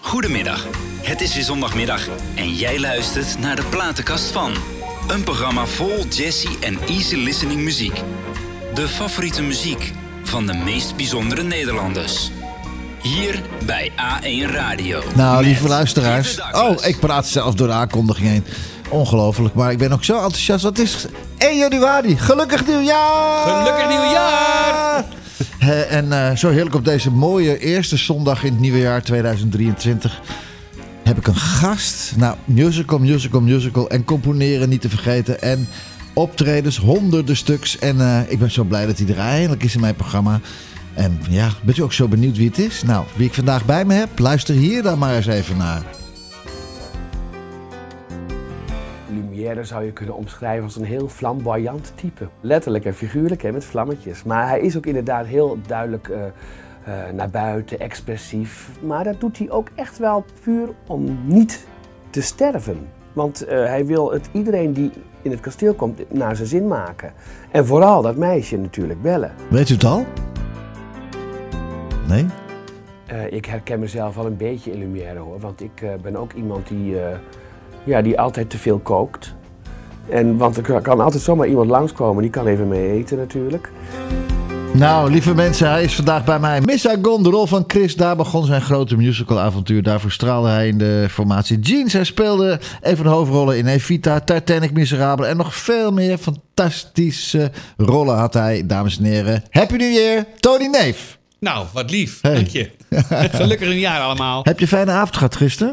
Goedemiddag, het is weer zondagmiddag en jij luistert naar de Platenkast van. Een programma vol jazzy en easy listening muziek. De favoriete muziek van de meest bijzondere Nederlanders. Hier bij A1 Radio. Nou, lieve luisteraars. Ik praat zelf door de aankondiging heen. Ongelooflijk, maar ik ben ook zo enthousiast. Het is 1 januari. Gelukkig nieuwjaar! Gelukkig nieuwjaar! En zo heerlijk op deze mooie eerste zondag in het nieuwe jaar 2023 heb ik een gast. Nou, musical en componeren niet te vergeten. En optredens, honderden stuks. En ik ben zo blij dat hij er eindelijk is in mijn programma. En ja, bent u ook zo benieuwd wie het is? Nou, wie ik vandaag bij me heb, luister hier dan maar eens even naar. Lumière zou je kunnen omschrijven als een heel flamboyant type. Letterlijk en figuurlijk, met vlammetjes. Maar hij is ook inderdaad heel duidelijk naar buiten, expressief. Maar dat doet hij ook echt wel puur om niet te sterven. Want hij wil iedereen die in het kasteel komt naar zijn zin maken. En vooral dat meisje natuurlijk bellen. Weet u het al? Nee? Ik herken mezelf wel een beetje in Lumière, hoor. Want ik ben ook iemand die altijd te veel kookt. Want er kan altijd zomaar iemand langskomen, die kan even mee eten natuurlijk. Nou, lieve mensen, hij is vandaag bij mij. Miss Saigon, de rol van Chris, daar begon zijn grote musicalavontuur. Daarvoor straalde hij in de formatie Jeans. Hij speelde een van de hoofdrollen in Evita, Titanic, Miserabele en nog veel meer fantastische rollen had hij. Dames en heren, Happy New Year, Tony Neef. Nou, wat lief. Hey. Dank je. Gelukkig nieuwjaar allemaal. Heb je een fijne avond gehad gisteren?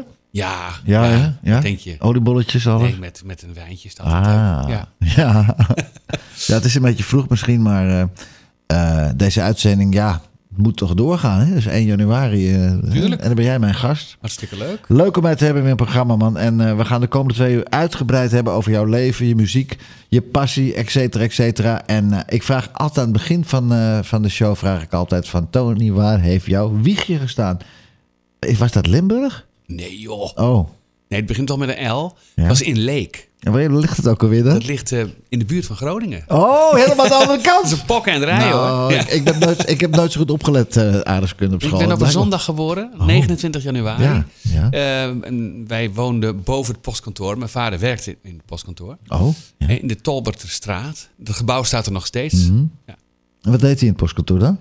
Ja. Wat denk je? Oliebolletjes, alles? Nee, met een wijntje staat het. Ja. Ja, het is een beetje vroeg misschien, maar deze uitzending, moet toch doorgaan, hè? Dus 1 januari. Tuurlijk. En dan ben jij mijn gast. Hartstikke leuk. Leuk om mij te hebben in mijn programma, man. En we gaan de komende 2 uur uitgebreid hebben over jouw leven, je muziek, je passie, et cetera, et cetera. En ik vraag altijd aan het begin van de show, van Tony, waar heeft jouw wiegje gestaan? Was dat Limburg? Nee, joh. Oh. Nee, het begint al met een L. Ja. Het was in Leek. En waar ligt het ook alweer dan? Dat ligt in de buurt van Groningen. Oh, helemaal aan de andere kant. Dat is een pokken en rijden, hoor. Ja. Ik heb nooit zo goed opgelet aardrijkskunde op school. Ik ben op een zondag geboren, 29 januari. Ja. En wij woonden boven het postkantoor. Mijn vader werkte in het postkantoor. Oh, ja. In de Tolberterstraat. Het gebouw staat er nog steeds. Mm-hmm. Ja. En wat deed hij in het postkantoor dan?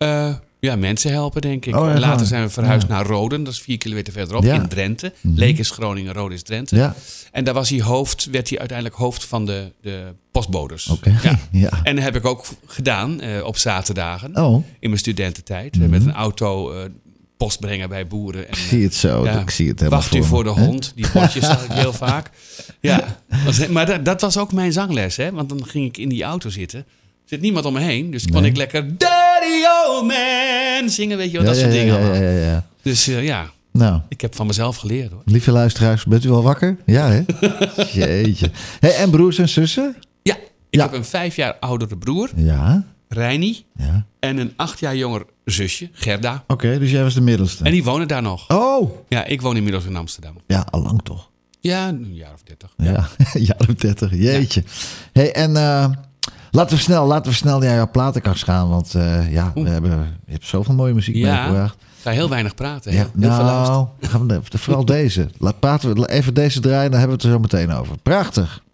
Mensen helpen, denk ik. Oh, ja, Later zijn we verhuisd naar Roden. Dat is 4 kilometer verderop, in Drenthe. Mm-hmm. Leek is Groningen, Roden is Drenthe. Ja. En daar werd hij uiteindelijk hoofd van de postbodes. Oké. Ja. En dat heb ik ook gedaan op zaterdagen. Oh. In mijn studententijd. Met een auto post brengen bij boeren. En, Ik zie het zo. Ik zie het helemaal wacht u voor de hond. Die potjes zag ik heel vaak. Ja. Maar dat was ook mijn zangles. Hè? Want dan ging ik in die auto zitten. Er zit niemand om me heen. Dus kon ik lekker Daddy Old Man zingen. Weet je wel, dat soort dingen allemaal. Ja. Dus Nou, ik heb van mezelf geleerd, hoor. lieve luisteraars, bent u al wakker? Ja, hè? Jeetje. Hey, en broers en zussen? Ja, ik heb een 5 jaar oudere broer, Ja. Reini. Ja. En een 8 jaar jonger zusje, Gerda. Oké, dus jij was de middelste. En die wonen daar nog. Oh! Ja, ik woon inmiddels in Amsterdam. Ja, al lang toch? Ja, een jaar of 30. Ja, jaar of 30. Jeetje. Hey, en laten we snel naar jouw platenkast gaan. Want je hebt zoveel mooie muziek meegebracht. Ik ga heel weinig praten. Ja, Heel veel luisteren. gaan we vooral deze. Praten we even deze draaien, dan hebben we het er zo meteen over. Prachtig.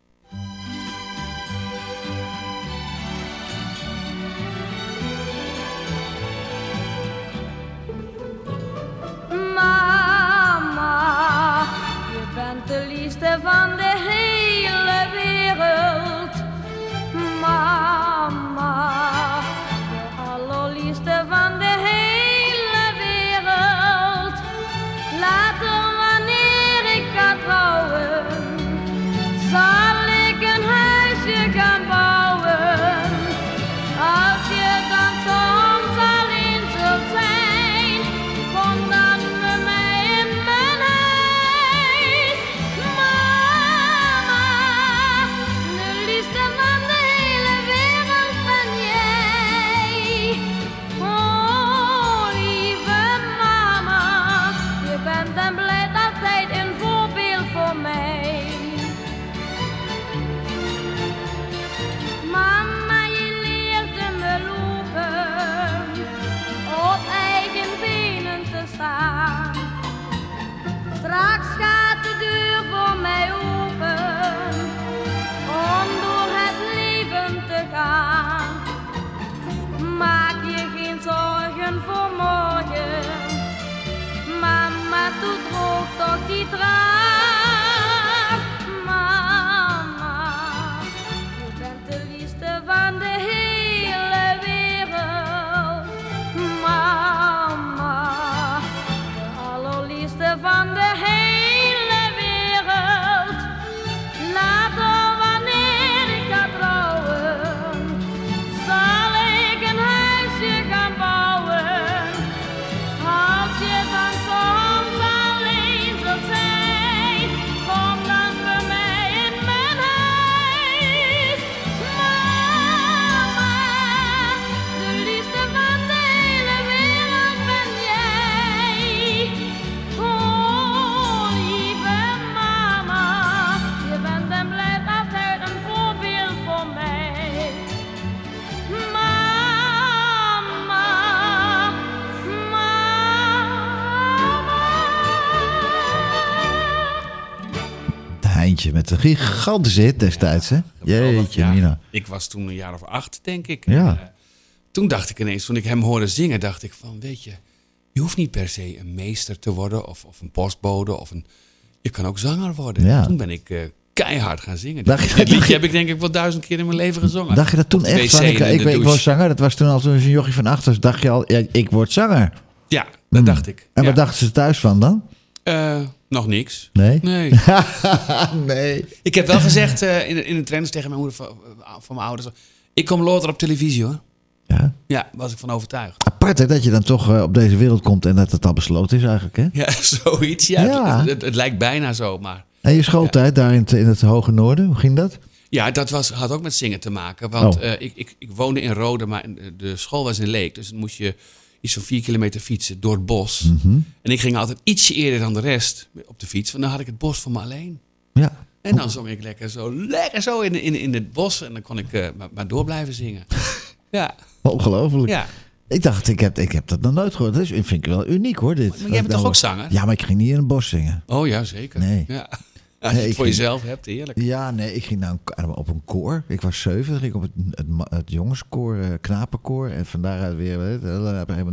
Mama, je bent de liefste van de hele wereld. Mama, de allerliefste van de hele wereld. Later wanneer ik ga trouwen, zal toe droogt toch die traan. Mama, je bent de liefste van de hele wereld. Mama, de allerliefste van de hele wereld. Later wanneer ik ga trouwen, zal ik een huisje gaan bouwen. Als je dan soms alleen zult zijn, kom dan bij mij in mijn huis. Mama, de liefste van de hele wereld ben jij. Oh, lieve mama, je bent en blijft altijd een voorbeeld voor mij. Mama, Heintje met een gigantische hit destijds, hè? Jeetje, Ja, Mina. ik was toen een jaar of 8, denk ik. Ja. En, toen dacht ik ineens, toen ik hem hoorde zingen, dacht ik van, weet je, je hoeft niet per se een meester te worden of een postbode je kan ook zanger worden. Ja. Toen ben ik keihard gaan zingen. Dacht je- Dit liedje heb ik denk ik wel 1000 keer in mijn leven gezongen. Dacht je dat toen Op de echt wc van, en in de ik douche. word zanger? Dat was toen al zo'n jochie van 8, dus dacht je al, ja, ik word zanger. Ja, dat dacht ik. En Ja. wat dachten ze thuis van dan? Nog niks. Nee? Nee. Nee. Ik heb wel gezegd in de trainers tegen mijn moeder van mijn ouders, ik kom later op televisie hoor. Ja. Ja, was ik van overtuigd. Apart hè, dat je dan toch op deze wereld komt en dat het al besloten is eigenlijk, hè? Ja, zoiets. Ja, Ja. Het lijkt bijna zo, maar... En je schooltijd daar in het Hoge Noorden, hoe ging dat? Ja, dat had ook met zingen te maken. Want Oh. ik woonde in Rode, maar de school was in Leek. Dus dan moest je iets van 4 kilometer fietsen door het bos. Mhm. En ik ging altijd ietsje eerder dan de rest op de fiets. Want dan had ik het bos voor me alleen. Ja. En dan zong ik lekker zo in het bos. En dan kon ik maar door blijven zingen. Ja, Ongelooflijk. ja. Ik dacht, ik heb dat nog nooit gehoord. Dat vind ik wel uniek hoor, dit. Maar jij bent toch ook zanger? Ja, maar ik ging niet in een bos zingen. Oh ja, zeker. Nee. Ja. Als je Nee, het ik voor ging- jezelf hebt, heerlijk. Ja, nee, ik ging op een koor. Ik was 7, dan ging ik op het jongenskoor, knapenkoor. En van daaruit weer helemaal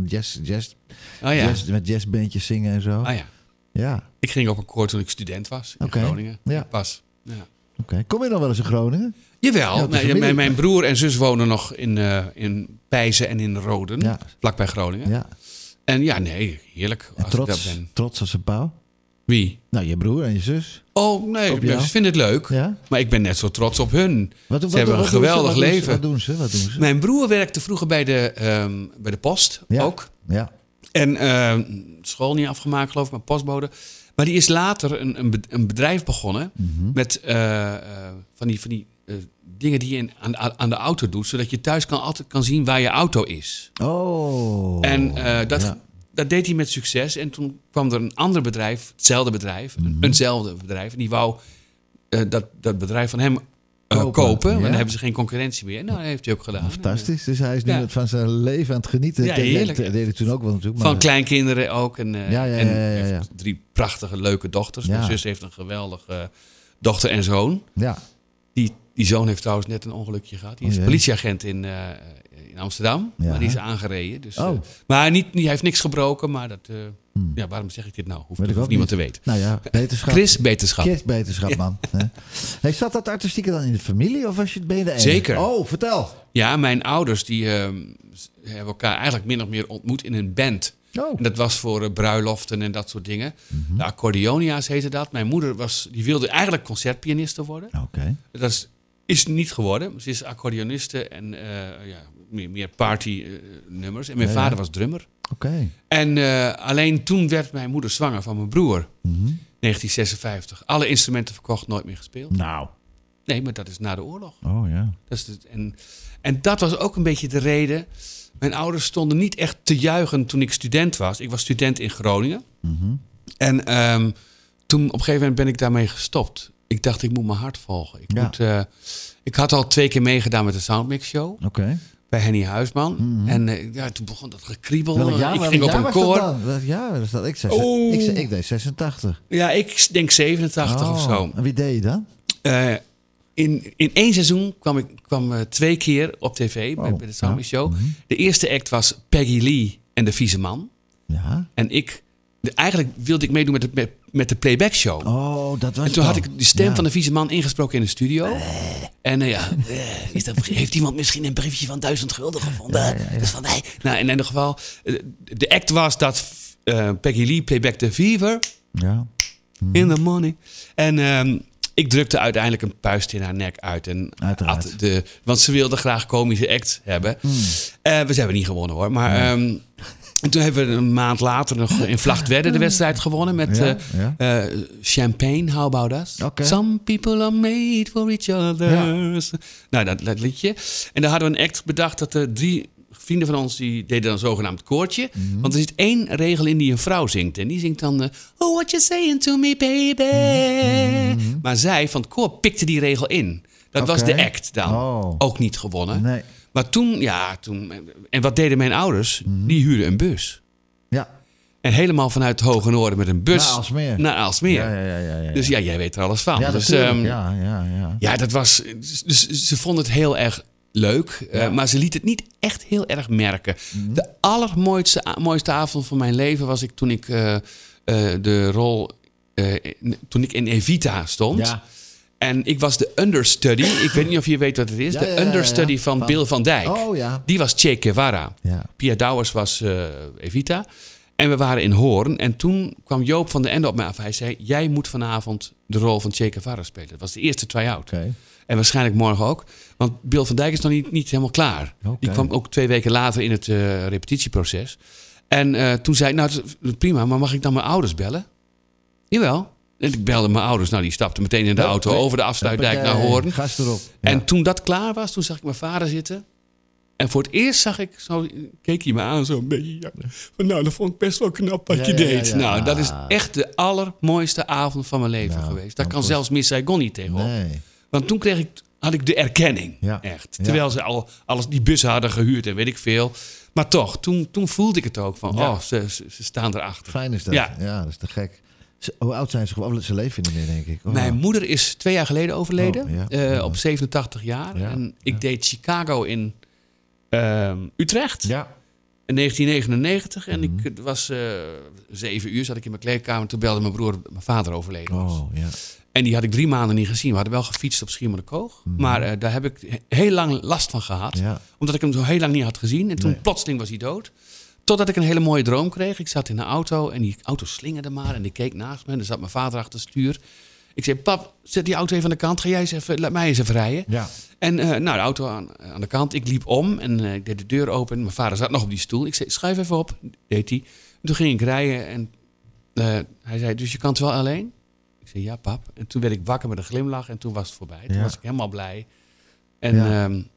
met jazzbandjes zingen en zo. Ah ja. Ja, Ik ging op een koor toen ik student was in Oké. Groningen. Ja. Pas. Ja. oké. Kom je nog wel eens in Groningen? Jawel, Ja, op de familie. mijn broer en zus wonen nog in Pijzen en in Roden, Ja. vlakbij Groningen. Ja. En ja, nee, heerlijk En als ik daar ben. trots als een pauw? Wie? Nou, je broer en je zus. Oh, nee, Op jou? ze vinden het leuk. Ja? Maar ik ben net zo trots op hun. Wat Ze hebben een geweldig leven. Wat doen ze? Wat doen ze? Mijn broer werkte vroeger bij de post Ja. ook. Ja. En school niet afgemaakt, geloof ik, maar postbode. Maar die is later een bedrijf begonnen met van die dingen die je aan de auto doet, zodat je thuis altijd kan zien waar je auto is. Oh. En Ja. dat deed hij met succes. En toen kwam er een ander bedrijf, hetzelfde bedrijf, eenzelfde bedrijf. En die wou dat bedrijf van hem kopen. Ja. En dan hebben ze geen concurrentie meer. Nou, dat heeft hij ook gedaan. Fantastisch. Dus hij is nu Ja. van zijn leven aan het genieten. Ja, heerlijk. Dat deed ik toen ook wel natuurlijk. Maar Van kleinkinderen ook. En, Ja. heeft 3 prachtige, leuke dochters. Ja. Mijn zus heeft een geweldige dochter en zoon. Ja. Die zoon heeft trouwens net een ongelukje gehad. Die is Oh, jee. politieagent in Amsterdam. Ja. Maar die is aangereden. Dus, Oh. maar hij heeft niks gebroken. Maar dat, ja, waarom zeg ik dit nou? Weet ik Hoeft ook niemand niet. te weten. Nou ja, beterschap. Chris Beterschap. Chris beterschap, man. Hey, zat dat artistieke dan in de familie of ben je de enige? Zeker. Oh, vertel. Ja, mijn ouders die hebben elkaar eigenlijk min of meer ontmoet in een band. Oh. En dat was voor bruiloften en dat soort dingen. De accordeonia's heette dat. Mijn moeder die wilde eigenlijk concertpianiste worden. Oké. Dat is niet geworden. Ze is accordeoniste en meer party nummers. En mijn vader was drummer. Oké. En alleen toen werd mijn moeder zwanger van mijn broer. 1956. Alle instrumenten verkocht, nooit meer gespeeld. Nou. Nee, maar dat is na de oorlog. Oh ja. Dat is en dat was ook een beetje de reden. Mijn ouders stonden niet echt te juichen toen ik student was. Ik was student in Groningen. En toen op een gegeven moment ben ik daarmee gestopt. Ik dacht, ik moet mijn hart volgen. Ik had al 2 keer meegedaan met de Soundmix Show. Oké. Bij Henny Huisman. En toen begon dat gekriebel. Ik ging op jaar een was koor. dat dan? Welk jaar was dat? Ik deed 86. Ja, ik denk 87 of zo. En wie deed je dan? In 1 seizoen kwam 2 keer op tv bij de Soundmix Show. De eerste act was Peggy Lee en de Vieze Man. Ja. En ik eigenlijk wilde ik meedoen met de playback show. Oh, dat was En toen had ik de stem Ja. van de vieze man ingesproken in de studio. En heeft iemand misschien een briefje van 1000 gulden gevonden? Ja. Dat is van mij. Nou, in ieder geval, de act was dat Peggy Lee playbackte Fever Ja. in the morning. En ik drukte uiteindelijk een puist in haar nek uit. En Uiteraard. want ze wilde graag komische act hebben. We hebben niet gewonnen hoor. Maar en toen hebben we een maand later nog in Vlagtwedde de wedstrijd gewonnen. Met Champagne, How About Us? Oké. Some people are made for each other. Nou, dat liedje. En daar hadden we een act bedacht dat er 3 vrienden van ons die deden dan een zogenaamd koortje. Want er zit 1 regel in die een vrouw zingt. En die zingt dan... oh, what you saying to me, baby? Maar zij van het koor pikte die regel in. Dat was Oké. de act dan. Oh. Ook niet gewonnen. Nee. Maar toen... En wat deden mijn ouders? Die huurden een bus. Ja. En helemaal vanuit het Hoge Noorden met een bus... Naar Aalsmeer. Naar Aalsmeer. Ja. Dus ja, jij weet er alles van. Ja, Dus, natuurlijk. Ja. ja, dat was... Dus ze vonden het heel erg leuk. Maar ze liet het niet echt heel erg merken. De allermooiste avond van mijn leven was toen ik de rol... toen ik in Evita stond. Ja. En ik was de understudy. Ik weet niet of je weet wat het is. Ja, de understudy ja. van Bill van Dijk. Oh ja. Die was Che Guevara. Ja. Pia Douwers was Evita. En we waren in Hoorn. En toen kwam Joop van den Ende op mij af. Hij zei, jij moet vanavond de rol van Che Guevara spelen. Dat was de eerste try-out. Oké. En waarschijnlijk morgen ook. Want Bill van Dijk is nog niet helemaal klaar. Oké. Die kwam ook 2 weken later in het repetitieproces. En toen zei ik, nou prima, maar mag ik dan mijn ouders bellen? Jawel. En ik belde mijn ouders. Nou, die stapten meteen in de auto over de afsluitdijk naar Hoorn. Gast erop. Ja. En toen dat klaar was, toen zag ik mijn vader zitten. En voor het eerst zag ik, keek hij me aan zo'n beetje. Ja, van, nou, dat vond ik best wel knap wat je deed. Ja. Nou, dat is echt de allermooiste avond van mijn leven geweest. Daar kan zelfs Miss Saigon niet tegenop. Nee. Want toen had ik de erkenning. Ja. Echt. Terwijl ze alles die bussen hadden gehuurd en weet ik veel. Maar toch, toen voelde ik het ook van, ze staan erachter. Fijn is dat. Ja. Ja, dat is te gek. Hoe oud zijn ze? Ze leven niet meer, denk ik. Oh. Mijn moeder is 2 jaar geleden overleden. Oh, op 87 jaar. Ja, En ik deed Chicago in Utrecht. Ja. In 1999. En ik was 7 uur, zat ik in mijn kleedkamer. Toen belde mijn vader overleden was. Oh, ja. En die had ik 3 maanden niet gezien. We hadden wel gefietst op Schiermonnikoog. Maar daar heb ik heel lang last van gehad. Ja. Omdat ik hem zo heel lang niet had gezien. En toen Nee. plotseling was hij dood. Totdat ik een hele mooie droom kreeg. Ik zat in een auto en die auto slingerde maar. En ik keek naast me en er zat mijn vader achter het stuur. Ik zei, pap, zet die auto even aan de kant. Ga jij eens even, laat mij eens even rijden. Ja. En de auto aan de kant. Ik liep om en ik deed de deur open. Mijn vader zat nog op die stoel. Ik zei, schuif even op. Deed hij. En toen ging ik rijden en hij zei, dus je kan het wel alleen? Ik zei, ja pap. En toen werd ik wakker met een glimlach en toen was het voorbij. Toen was ik helemaal blij. En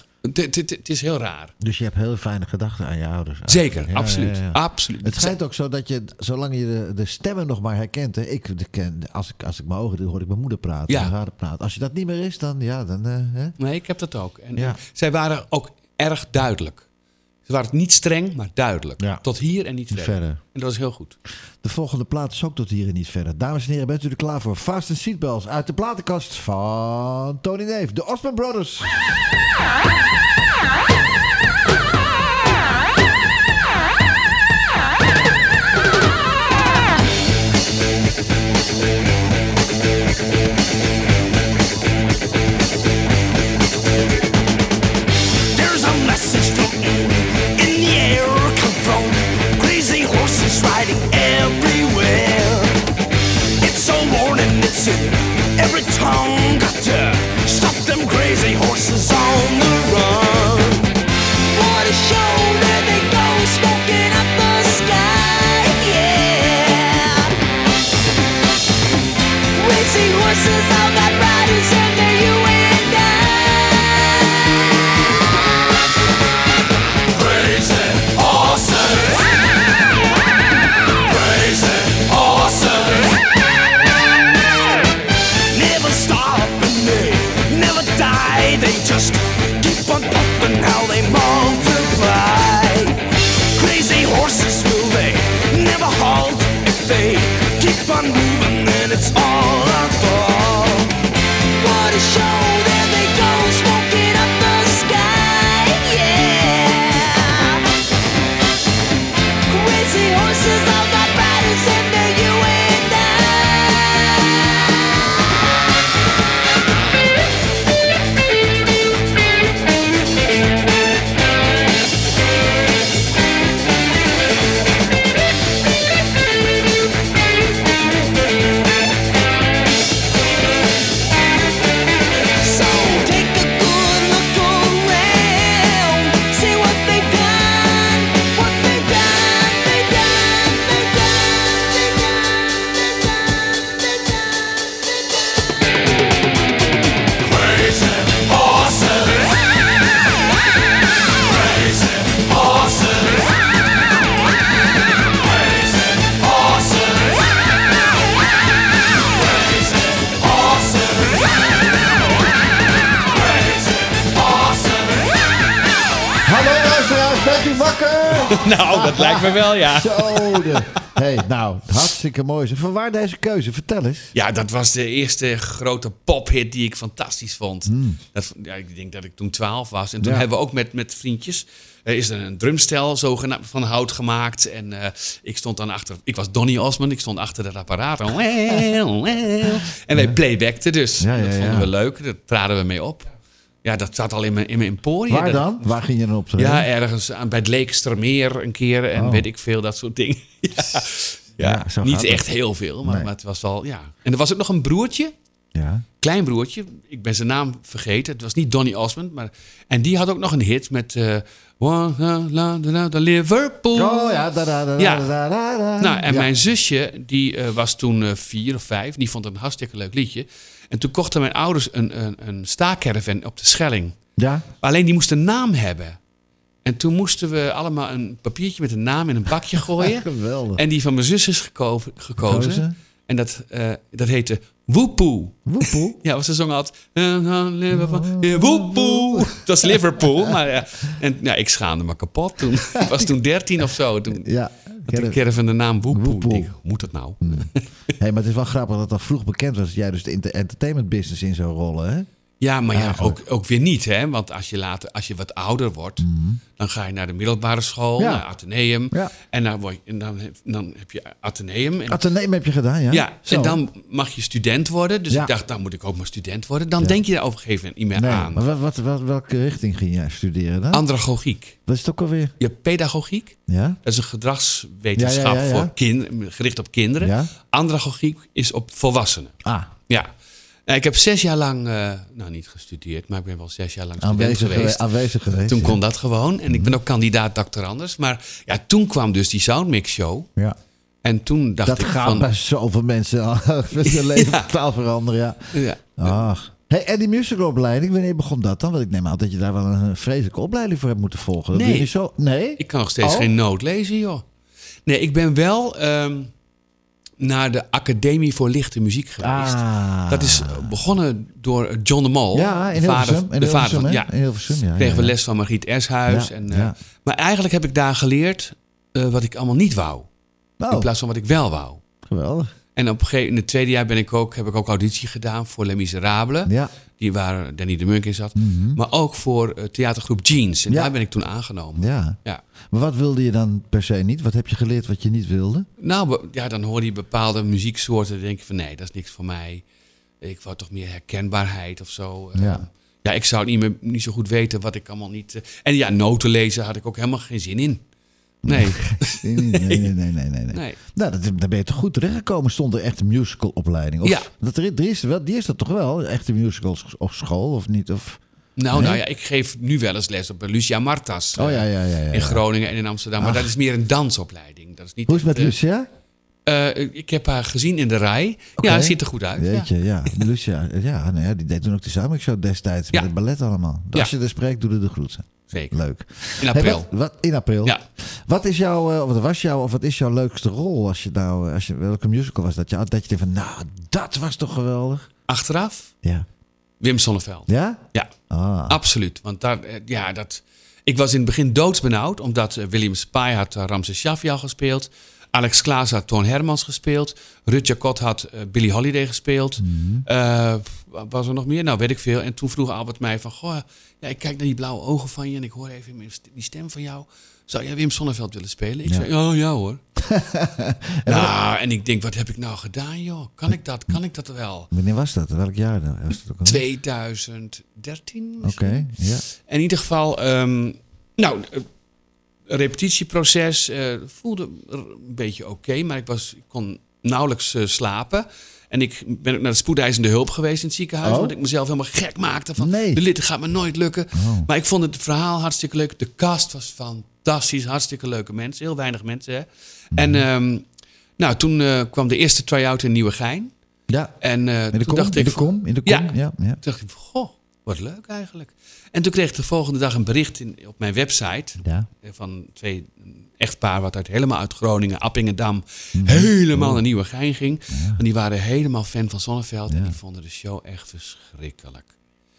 het is heel raar. Dus je hebt heel fijne gedachten aan je ouders. Zeker, Ja, absoluut. ja. Absoluut. Het schijnt ook zo dat je, zolang je de stemmen nog maar herkent... Hè, als ik mijn ogen doe, hoor ik mijn moeder praten, Ja. mijn vader praten. Als je dat niet meer is, dan... hè? Nee, ik heb dat ook. En Ja. zij waren ook erg duidelijk. Ze waren niet streng, maar duidelijk. Ja. Tot hier en niet verder. Verder. En dat was heel goed. De volgende plaat is ook tot hier en niet verder. Dames en heren, bent u er klaar voor? Fasten Seatbelts uit de platenkast van Tony Neef. De Osmond Brothers. There's a message from in the air, come from crazy horses riding everywhere. It's a warning, it's in every tongue. Got to stop them crazy horses on the run. What a show, there they go, smoking up the sky, yeah. Crazy horses, all got riders in there, you and I. Crazy horses. Crazy horses. Never stop and they never die. They just keep on pumping how they multiply. Crazy horses, will they never halt? If they keep on moving, then it's all our fault. What a show, there they go, smoking up the sky, yeah. Crazy horses, all got riders Nou, dat lijkt me wel, ja. Hey, nou, hartstikke mooi. Vanwaar deze keuze? Vertel eens. Ja, dat was de eerste grote pophit die ik fantastisch vond. Ik denk dat ik toen 12 was. En toen hebben we ook met vriendjes... is er een drumstel zogenaamd van hout gemaakt. En ik stond dan achter... Ik was Donny Osmond. Ik stond achter dat apparaat. En wij playbackten dus. Ja, dat vonden we leuk. Daar traden we mee op. Ja, dat zat al in mijn emporium. Waar dan? Waar ging je dan op treden? Ja, ergens bij het Leekstermeer een keer. En weet ik veel, dat soort dingen. Zo niet gaat echt het. heel veel. Maar het was wel... Ja. En er was ook nog een broertje. Ja. Klein broertje. Ik ben zijn naam vergeten. Het was niet Donny Osmond. Maar... En die had ook nog een hit met... Liverpool. Oh ja. Nou, en mijn zusje, die was toen 4 of 5. Die vond het een hartstikke leuk liedje. En toen kochten mijn ouders een staakerven op de Schelling. Ja. Alleen die moest een naam hebben. En toen moesten we allemaal een papiertje met een naam in een bakje gooien. Geweldig. En die van mijn zus is gekozen. En dat heette Woepoe. Woepoe? Ja, want ze zongen altijd... Woepoe. Dat was Liverpool. Maar ik schaamde me kapot toen. Ik was toen 13 of zo. Toen had de caravan de naam Woepoe. Ik denk, hoe moet dat nou? Hey, maar het is wel grappig dat al vroeg bekend was... dat jij dus de entertainment business in zou rollen, hè? Ja, maar ook weer niet, hè? Want als je wat ouder wordt, dan ga je naar de middelbare school, naar Atheneum. Ja. En dan heb je Atheneum. Atheneum heb je gedaan, ja? Ja, en dan mag je student worden. Dus ik dacht, dan moet ik ook maar student worden. Dan denk je daar op een gegeven moment niet meer aan. Maar welke richting ging jij studeren dan? Andragogiek. Wat is het ook alweer? Je pedagogiek. Ja? Dat is een gedragswetenschap voor gericht op kinderen. Ja? Andragogiek is op volwassenen. Ah. Ja. Ik heb 6 jaar lang, niet gestudeerd, maar ik ben wel 6 jaar lang student geweest. Aanwezig geweest. Toen kon dat gewoon. En ik ben ook kandidaat doctorandus. Maar ja, toen kwam dus die Soundmix Show. Ja. En toen dacht ik dat gaat bij zoveel mensen met hun leven totaal veranderen, ja. Ach. Hey, en die musicalopleiding, wanneer begon dat dan? Want ik neem aan dat je daar wel een vreselijke opleiding voor hebt moeten volgen. Dat je zo... Nee? Ik kan nog steeds geen noot lezen, joh. Nee, ik ben wel... naar de Academie voor Lichte Muziek geweest. Dat is begonnen door John de Mol. Ja, in Hilversum. In Hilversum, kregen we les van Margriet Eshuis. Maar eigenlijk heb ik daar geleerd wat ik allemaal niet wou. In plaats van wat ik wel wou. Geweldig. En op een gegeven in het tweede jaar heb ik ook auditie gedaan voor Les Miserables. Ja. Die waar Danny de Munk in zat. Mm-hmm. Maar ook voor theatergroep Jeans. En daar ben ik toen aangenomen. Ja. Maar wat wilde je dan per se niet? Wat heb je geleerd wat je niet wilde? Nou, dan hoor je bepaalde muzieksoorten. Dan denk je van nee, dat is niks voor mij. Ik wou toch meer herkenbaarheid of zo. Ja, ik zou niet zo goed weten wat ik allemaal niet... En noten lezen had ik ook helemaal geen zin in. Nee. Nee. Nou, daar ben je toch goed terechtgekomen. Stond er echt een musicalopleiding? Die is dat toch wel? Echt een musical op school of niet? Of... ik geef nu wel eens les op Lucia Martas. In Groningen en in Amsterdam. Maar dat is meer een dansopleiding. Dat is niet hoe is het met Lucia? Ik heb haar gezien in de rij. Okay. Ja, ziet er goed uit. Weet je, Lucia, die deed toen ook de Soundmix Show destijds met het ballet allemaal. Als je er spreekt, doe de groeten. Zeker. Leuk. In april. In april? Ja. Wat is jouw leukste rol? Welke musical was dat? Dat je denkt van, dat was toch geweldig? Achteraf? Ja. Wim Sonneveld. Ja? Ja, absoluut. Want ik was in het begin doodsbenauwd, omdat William Spy had Ramses Shaffi al gespeeld. Alex Klaas had Toon Hermans gespeeld. Rutger Kot had Billie Holiday gespeeld. Was er nog meer? Nou, weet ik veel. En toen vroeg Albert mij van... Goh, ik kijk naar die blauwe ogen van je... en ik hoor even die stem van jou. Zou jij Wim Sonneveld willen spelen? Ik zei, ja hoor. En ik denk, wat heb ik nou gedaan, joh? Kan ik dat wel? Wanneer was dat? Welk jaar dan? 2013 misschien. Oké, ja. In ieder geval... repetitieproces voelde een beetje oké, maar ik kon nauwelijks slapen. En ik ben ook naar de spoedeisende hulp geweest in het ziekenhuis, want ik mezelf helemaal gek maakte van de litten gaat me nooit lukken. Maar ik vond het verhaal hartstikke leuk. De cast was fantastisch, hartstikke leuke mensen, heel weinig mensen. Hè? En toen kwam de eerste try-out in Nieuwegein. Ja. En toen dacht ik, in de kom. Ja. Toen dacht ik, goh, wat leuk eigenlijk. En toen kreeg ik de volgende dag een bericht op mijn website van 2 echtpaar wat helemaal uit Groningen, Appingedam, helemaal naar Nieuwegein ging. En die waren helemaal fan van Sonneveld en die vonden de show echt verschrikkelijk.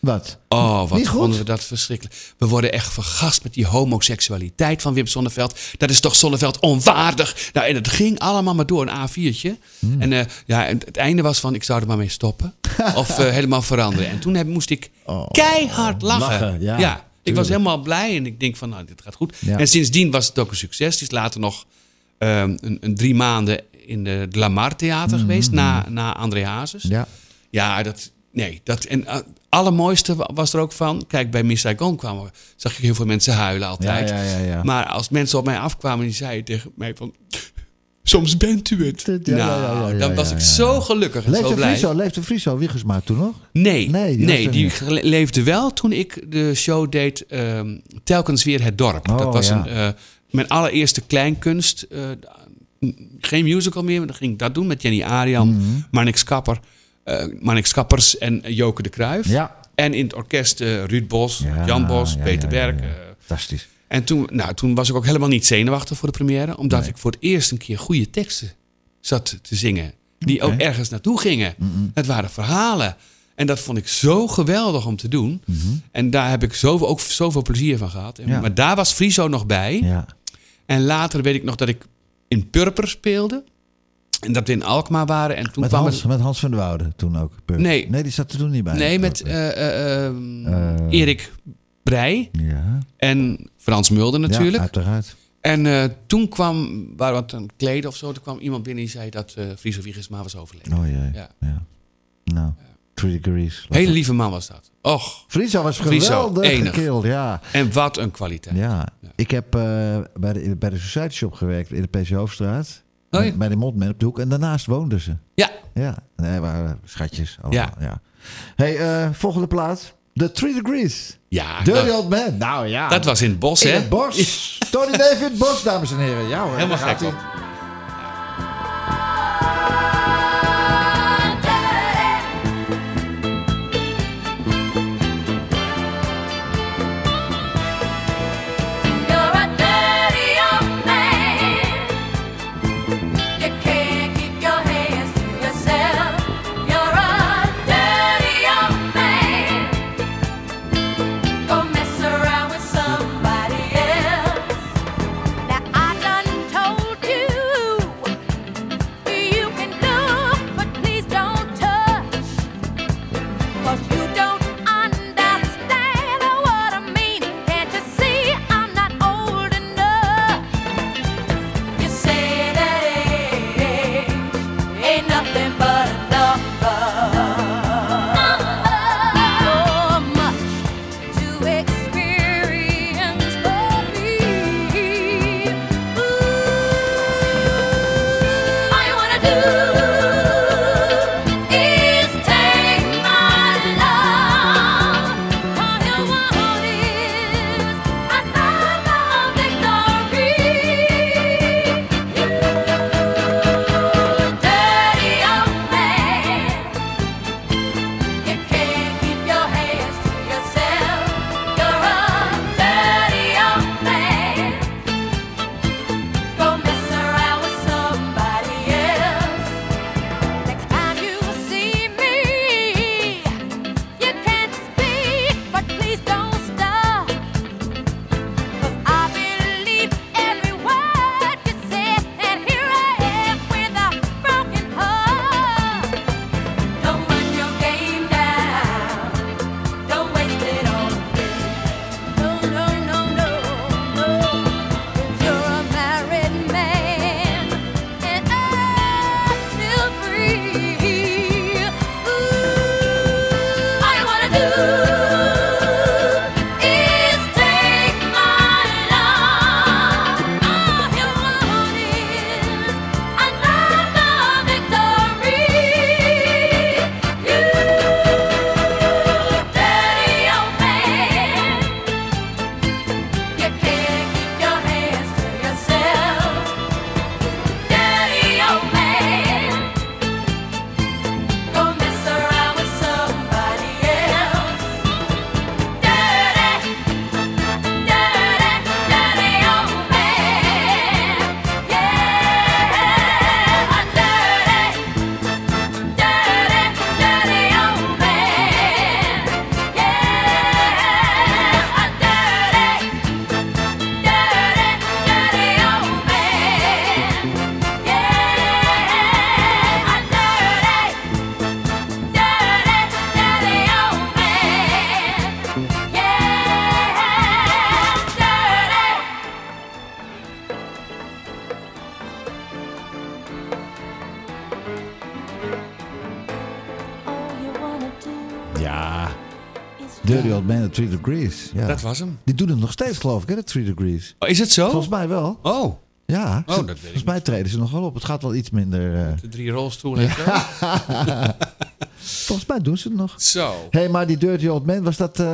Wat? Oh, wat Niet goed? vonden we dat verschrikkelijk. We worden echt vergast met die homoseksualiteit van Wim Sonneveld. Dat is toch Sonneveld onwaardig? Nou, en het ging allemaal maar door een A4'tje. En het einde was van, ik zou er maar mee stoppen. Of helemaal veranderen. En toen moest ik keihard lachen. Ja, ik was helemaal blij en ik denk van, nou, dit gaat goed. Ja. En sindsdien was het ook een succes. Het is later nog 3 maanden in de Lamar Theater geweest, na André Hazes. Ja. Ja, en allermooiste was er ook van. Kijk, bij Miss Saigon zag ik heel veel mensen huilen altijd. Ja. Maar als mensen op mij afkwamen, die zeiden tegen mij van, soms bent u het. Dan was ik zo gelukkig en zo blij. Leefde Friso Wiegersma toen nog? Nee, die leefde wel toen ik de show deed Telkens Weer het Dorp. Dat was mijn allereerste kleinkunst. Geen musical meer, maar dan ging ik dat doen met Jenny Arian, Marnix Kappers en Joke de Cruijff. Ja. En in het orkest Ruud Bos, Jan Bos, Peter Berg. Fantastisch. En toen was ik ook helemaal niet zenuwachtig voor de première. Omdat ik voor het eerst een keer goede teksten zat te zingen. Die ook ergens naartoe gingen. Het waren verhalen. En dat vond ik zo geweldig om te doen. En daar heb ik zoveel plezier van gehad. Maar daar was Friso nog bij. Ja. En later weet ik nog dat ik in Purper speelde. En dat we in Alkmaar waren. En toen met Hans van der Woude toen ook? Nee, die zat er toen niet bij. Nee, met Erik Breij. Ja. En Frans Mulder natuurlijk. Ja, uiteraard. En toen waren we aan het kleden of zo. Toen kwam iemand binnen die zei dat Friso Wiegersma was overleden. Oh jee. Ja. Nou, 3 Degrees. Hele lieve man was dat. Och. Friso was geweldig kerel, ja. En wat een kwaliteit. Ja. Ik heb bij de Society Shop gewerkt in de PC Hoofdstraat. Oh, ja. Bij de Mondman op de hoek. En daarnaast woonden ze. Ja. Ja. Nee, waren schatjes. Allemaal, ja. Hey, volgende plaat. The 3 Degrees. Ja. Dirty Old Man. Nou ja. Dat was in het bos, hè? In het bos. Tony David Bos, dames en heren. Ja hoor. Helemaal gek op. Ja. Dirty Old Man at 3 Degrees. Ja. Dat was hem. Die doen het nog steeds, geloof ik, hè, de 3 Degrees. Oh, is het zo? Volgens mij wel. Oh. Ja. Dat weet ik Volgens mij treden ze nog wel op. Het gaat wel iets minder... De 3 rolstoelen en zo. Volgens mij doen ze het nog. Zo. Hé, maar die Dirty Old Man, was dat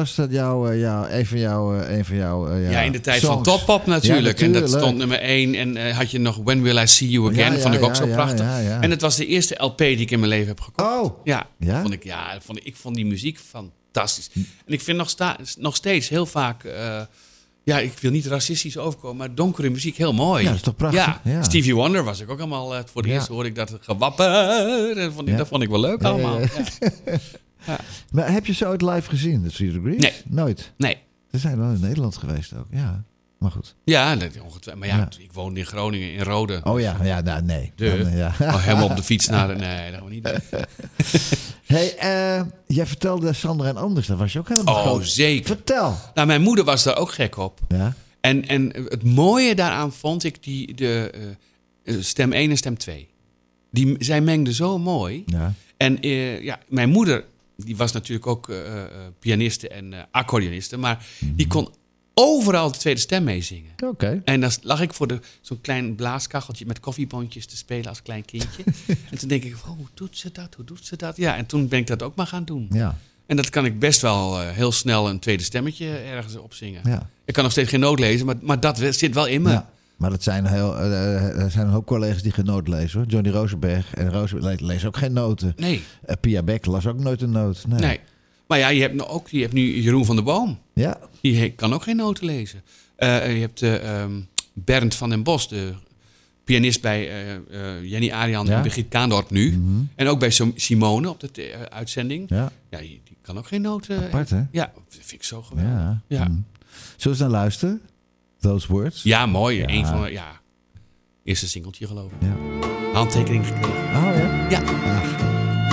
een van jouw Ja, in de tijd songs. van Top Pop natuurlijk. Ja, en dat natuurlijk. stond nummer 1. En had je nog When Will I See You Again? Vond ik ook zo prachtig. Ja. En het was de eerste LP die ik in mijn leven heb gekocht. Oh. Ja, Ja? ik vond die muziek fantastisch. En ik vind nog steeds heel vaak... ik wil niet racistisch overkomen, maar donkere muziek heel mooi. Ja, dat is toch prachtig? Ja. Stevie Wonder was ik ook allemaal... voor het eerst hoorde ik dat gewapper. En dat vond ik wel leuk allemaal. Ja. Ja. Maar heb je ze ooit live gezien, de 3 Degrees? Nee. Nooit? Nee. Ze zijn wel in Nederland geweest ook, ja. Maar goed. Ja, ongetwijfeld. Maar ja, ik woonde in Groningen, in Rode. Oh ja, nee. Ja. Helemaal op de fiets naar de... Nee, dat gaan we niet doen. Hey, jij vertelde Sander en Anders, daar was je ook helemaal groot. Zeker. Vertel. Nou, mijn moeder was daar ook gek op. Ja. En het mooie daaraan vond ik de stem 1 en stem 2. Zij mengden zo mooi. Ja. En mijn moeder, die was natuurlijk ook pianiste en accordeoniste. Maar die kon overal de tweede stem meezingen. Oké. En dan lag ik voor zo'n klein blaaskacheltje met koffieboontjes te spelen als klein kindje. En toen denk ik, hoe doet ze dat? Ja, en toen ben ik dat ook maar gaan doen. Ja. En dat kan ik best wel heel snel een tweede stemmetje ergens opzingen. Ja. Ik kan nog steeds geen noot lezen, maar dat zit wel in me. Ja. Maar dat zijn er zijn een hoop collega's die geen noot lezen, hoor. Johnny Rosenberg en Rosenberg lezen ook geen noten. Nee. Pia Beck las ook nooit een noot. Nee. Maar ja, je hebt nu Jeroen van der Boom. Ja. Die kan ook geen noten lezen. Je hebt Bernd van den Bos, de pianist bij Jenny Arian en Brigitte Kaandorp nu. Mm-hmm. En ook bij Simone op de uitzending. Ja. Ja, die kan ook geen noten. Apart, hè? Ja, dat vind ik zo geweldig. Ja. Ja, Mm. Zullen we eens naar luisteren? Those Words? ja mooi. Ja. Een van eerste singeltje geloof ik. Ja. Handtekening gekregen. Oh ja? Ja. Ach.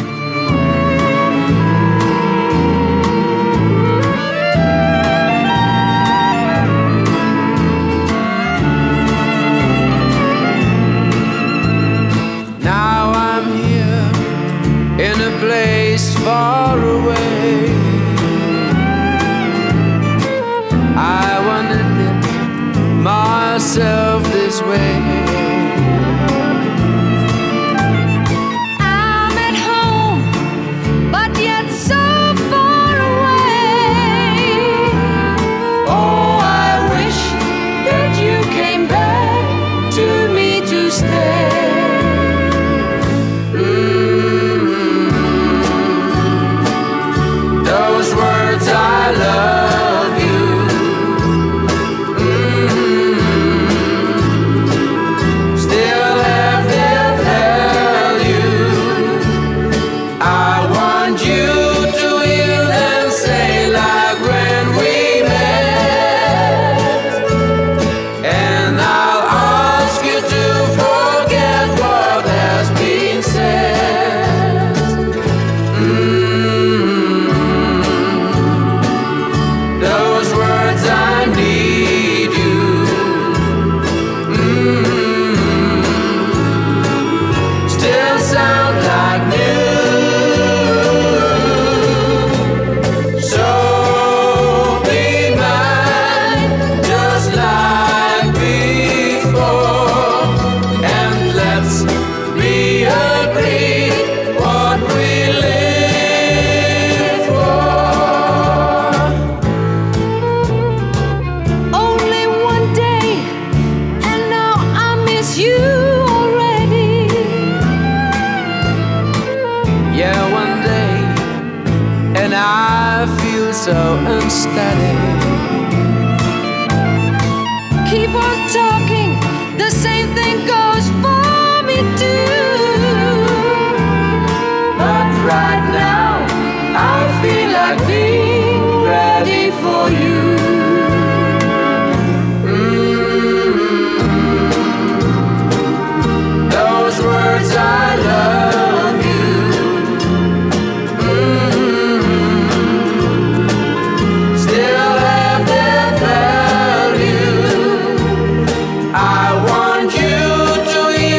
Now I'm here in a place far away. I wondered myself this way. I'm at home, but yet so far away. Oh, I wish that you came back to me to stay. Those words I love you. Still have their value. I want you to hear them say like when we met. And I'll ask you to forget what has been said. Those words I need you. Still sound like new. So be mine, just like before. And let's re-agree what we live for. Only one day, and now I miss you already. Yeah, one day, and I feel so unsteady. Keep on talking, the same thing goes for me too. But right now, I feel like being ready for you. Those words I love you. Still have their value. I want you to hear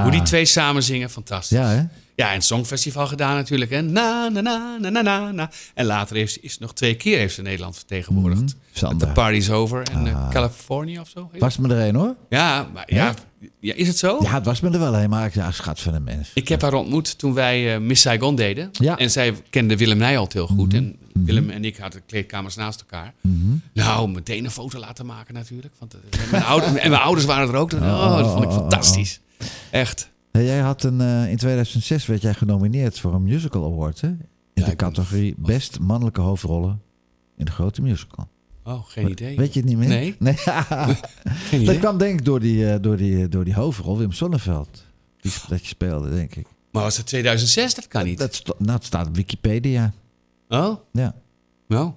Hoe die twee samen zingen, fantastisch. Ja, hè? Ja, en het Songfestival gedaan natuurlijk. En na, na, na, na, na, na, na. En later is nog 2 keer heeft ze Nederland vertegenwoordigd. Met Sander. The Party's Over en California of zo. Was me er een, hoor. Ja, maar ja, is het zo? Ja, het was me er wel een, maar schat van een mens. Ik heb haar ontmoet toen wij Miss Saigon deden. Ja. En zij kende Willem Nijholt heel goed. En Willem en ik hadden kleedkamers naast elkaar. Nou, meteen een foto laten maken natuurlijk. Want mijn ouders waren er ook. Dat vond ik fantastisch. Echt. Hey, jij had in 2006 werd jij genomineerd voor een musical award, hè? In de categorie Best Mannelijke Hoofdrollen in de grote musical. Oh, geen idee. Weet je het niet meer? Nee. Geen idee. Dat kwam denk ik door die hoofdrol, Wim Sonneveld. Dat je speelde, denk ik. Maar was het 2006? Dat kan niet. Het staat op Wikipedia. Oh? Ja. Nou.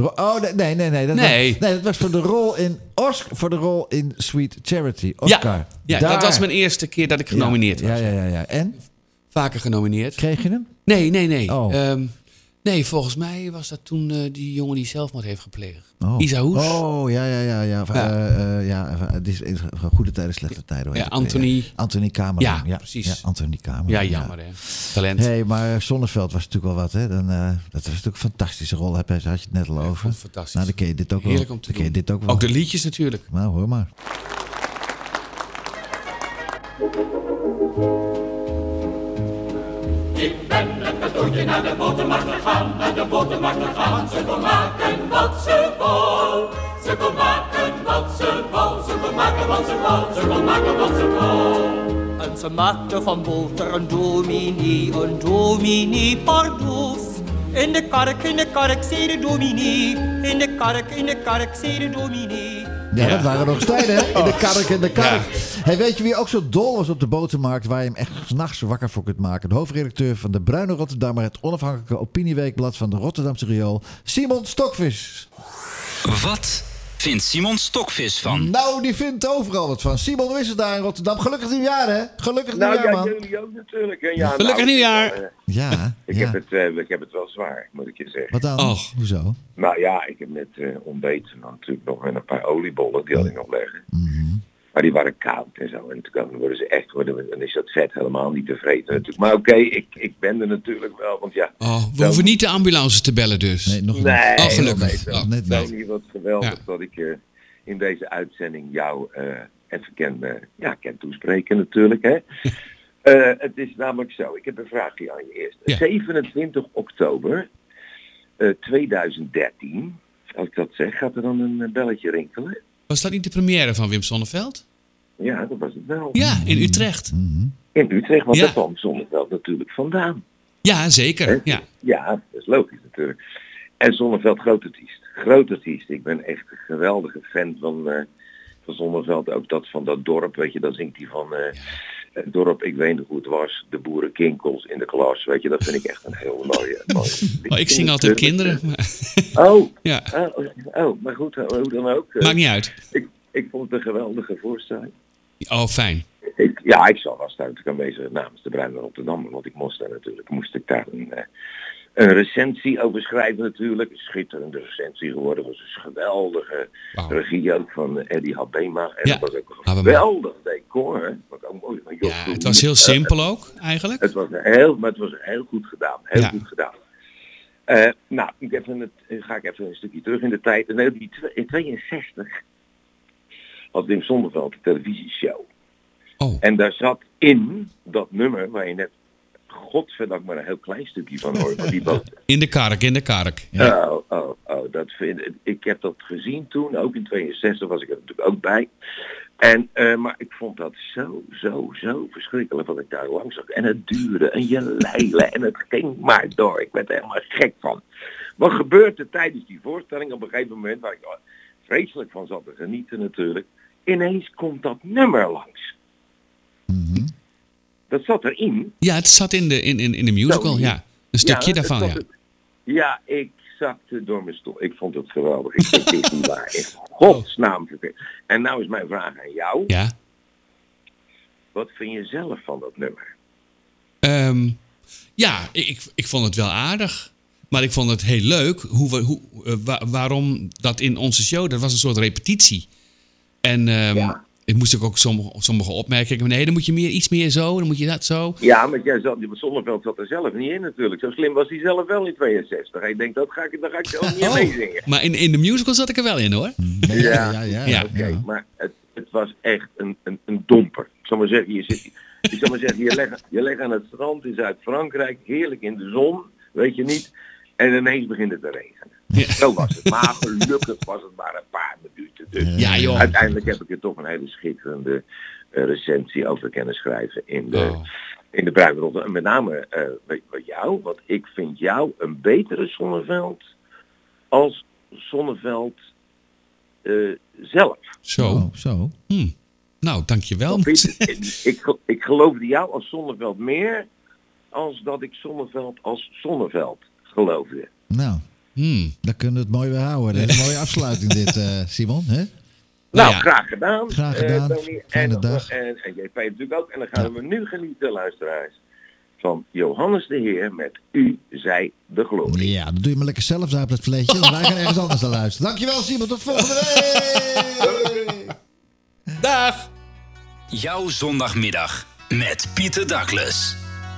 Nee. Dat was voor de rol in Sweet Charity. Oscar. Ja, dat was mijn eerste keer dat ik genomineerd was. Ja. En? Vaker genomineerd. Kreeg je hem? Nee. Oh. Nee, volgens mij was dat toen die jongen die zelfmoord heeft gepleegd. Oh. Isa Hoes. Oh, ja. Het is goede tijden, slechte tijden. Ja, Anthony Kamer. Ja, precies. Ja, Anthony Kamer. Ja, jammer hè. Talent. Hey, maar Sonneveld was natuurlijk wel wat, hè? Dat was natuurlijk een fantastische rol. Had je het net al over. Fantastisch. Nou, dan ken je dit ook Heerlijk wel. om te doen. Ook de liedjes natuurlijk. Nou, hoor maar. Ik ben het cadeautje naar de botermarkt gegaan, naar de botermarkt gegaan. Ze kon maken wat ze wou. Ze kon maken wat ze wou. Ze kon maken wat ze wou. Ze kon maken wat ze wou. En ze maakte van boter een dominee pardoes. In de kark, zei de dominee. In de kark, zei de dominee. Ja, dat waren nog tijden, hè? In de kark. Ja. Hey, weet je wie ook zo dol was op de botermarkt, waar je hem echt 's nachts wakker voor kunt maken? De hoofdredacteur van de Bruine Rotterdammer, het onafhankelijke opinieweekblad van de Rotterdamse Riool, Simon Stokvis. Wat vindt Simon Stokvis van? Nou, die vindt overal wat van. Simon, hoe is het daar in Rotterdam? Gelukkig nieuwjaar, hè? Gelukkig nieuwjaar, man. Nou, jullie ook natuurlijk. Hè? Ja, gelukkig nieuwjaar. Ik heb het wel zwaar, moet ik je zeggen. Wat dan? Och. Hoezo? Nou ja, ik heb net ontbeten natuurlijk nog met een paar oliebollen, die had ik nog liggen. Maar die waren koud en zo. En toen worden ze echt, dan is dat vet helemaal niet te vreten natuurlijk. Maar oké, ik ben er natuurlijk wel, want ja. Oh, we hoeven niet de ambulance te bellen dus. Nee, nog niet. Oh, gelukkig. Net wel. Niet wat geweldig dat ik in deze uitzending jou even ken toespreken natuurlijk. Hè. Het is namelijk zo, ik heb een vraagje aan je eerst. Ja. 27 oktober 2013, als ik dat zeg, gaat er dan een belletje rinkelen? Was dat niet de première van Wim Sonneveld? Ja, dat was het wel. Ja, in Utrecht. In Utrecht, want daar kwam Sonneveld natuurlijk vandaan. Ja, zeker. Ja, dat is logisch natuurlijk. En Sonneveld, groot artiest. Ik ben echt een geweldige fan van Sonneveld. Ook van dat dorp, weet je, dat zingt hij van... Het dorp, ik weet nog hoe het was, de boerenkinkels in de klas, weet je, dat vind ik echt een heel mooie ik zing altijd kinderen. Oh, ja. Maar goed, hoe dan ook. Maakt niet uit. Ik vond het een geweldige voorstelling. Oh, fijn. Ik was daar natuurlijk aanwezig namens de Bruine Rotterdammer, want ik moest daar een recensie over schrijven natuurlijk. Een schitterende recensie geworden. Dat was een geweldige regie ook van Eddie Habema. En dat was ook een geweldig decor. Hè? Wat ook mooi van Job het was heel simpel ook, eigenlijk. Het was heel goed gedaan. Goed gedaan. Ga ik even een stukje terug in de tijd. In 62 had Wim Sonneveld een televisieshow. Oh. En daar zat in dat nummer waar je net godverdank maar een heel klein stukje van hoor, van die boot. In de kark. Ja. Ik heb dat gezien toen, ook in 62 was ik er natuurlijk ook bij. En, maar ik vond dat zo verschrikkelijk wat ik daar langs zag. En het duurde en je leiden en het ging maar door. Ik werd er helemaal gek van. Wat gebeurt er tijdens die voorstelling op een gegeven moment, waar ik vreselijk van zat te genieten natuurlijk. Ineens komt dat nummer langs. Dat zat erin. Ja, het zat in de musical, ja. Een stukje daarvan, ja. Ik zakte door mijn stoel. Ik vond het geweldig. Ik denk, dit is niet waar. In godsnaam. En nou is mijn vraag aan jou. Ja. Wat vind je zelf van dat nummer? Ik vond het wel aardig. Maar ik vond het heel leuk waarom dat in onze show, dat was een soort repetitie. En ik moest ook sommige opmerkingen. Nee, dan moet je iets meer zo, dan moet je dat zo. Ja, maar Zonneveld zat er zelf niet in natuurlijk. Zo slim was hij zelf wel in 62. Hij denkt, daar ga ik zelf niet in meezingen. Maar in de musical zat ik er wel in, hoor. Ja. Oké. Maar het was echt een domper. Ik zal maar zeggen, je legt aan het strand in Zuid-Frankrijk, heerlijk in de zon, weet je niet. En ineens begint het te regenen. Ja. Zo was het. Maar gelukkig was het maar een paar minuten. Dus uiteindelijk heb ik er toch een hele schitterende recensie over kunnen schrijven in de Bruinrot. En met name want ik vind jou een betere Zonneveld als Zonneveld zelf. Zo. Nou, dankjewel. Ik geloofde jou als Zonneveld meer als dat ik Zonneveld als Zonneveld geloofde. Nou, dan kunnen we het mooi weer houden. Dat is een mooie afsluiting dit, Simon. Hè? Nou, graag gedaan. Tony. Fijne dag. En JP natuurlijk ook. En dan gaan we nu genieten, luisteraars, van Johannes de Heer met U zij de glorie. Ja, dan doe je maar lekker zelf op het vleesje. En wij gaan ergens anders naar luisteren. Dankjewel, Simon. Tot volgende week. Dag. Jouw zondagmiddag met Pieter Douglas.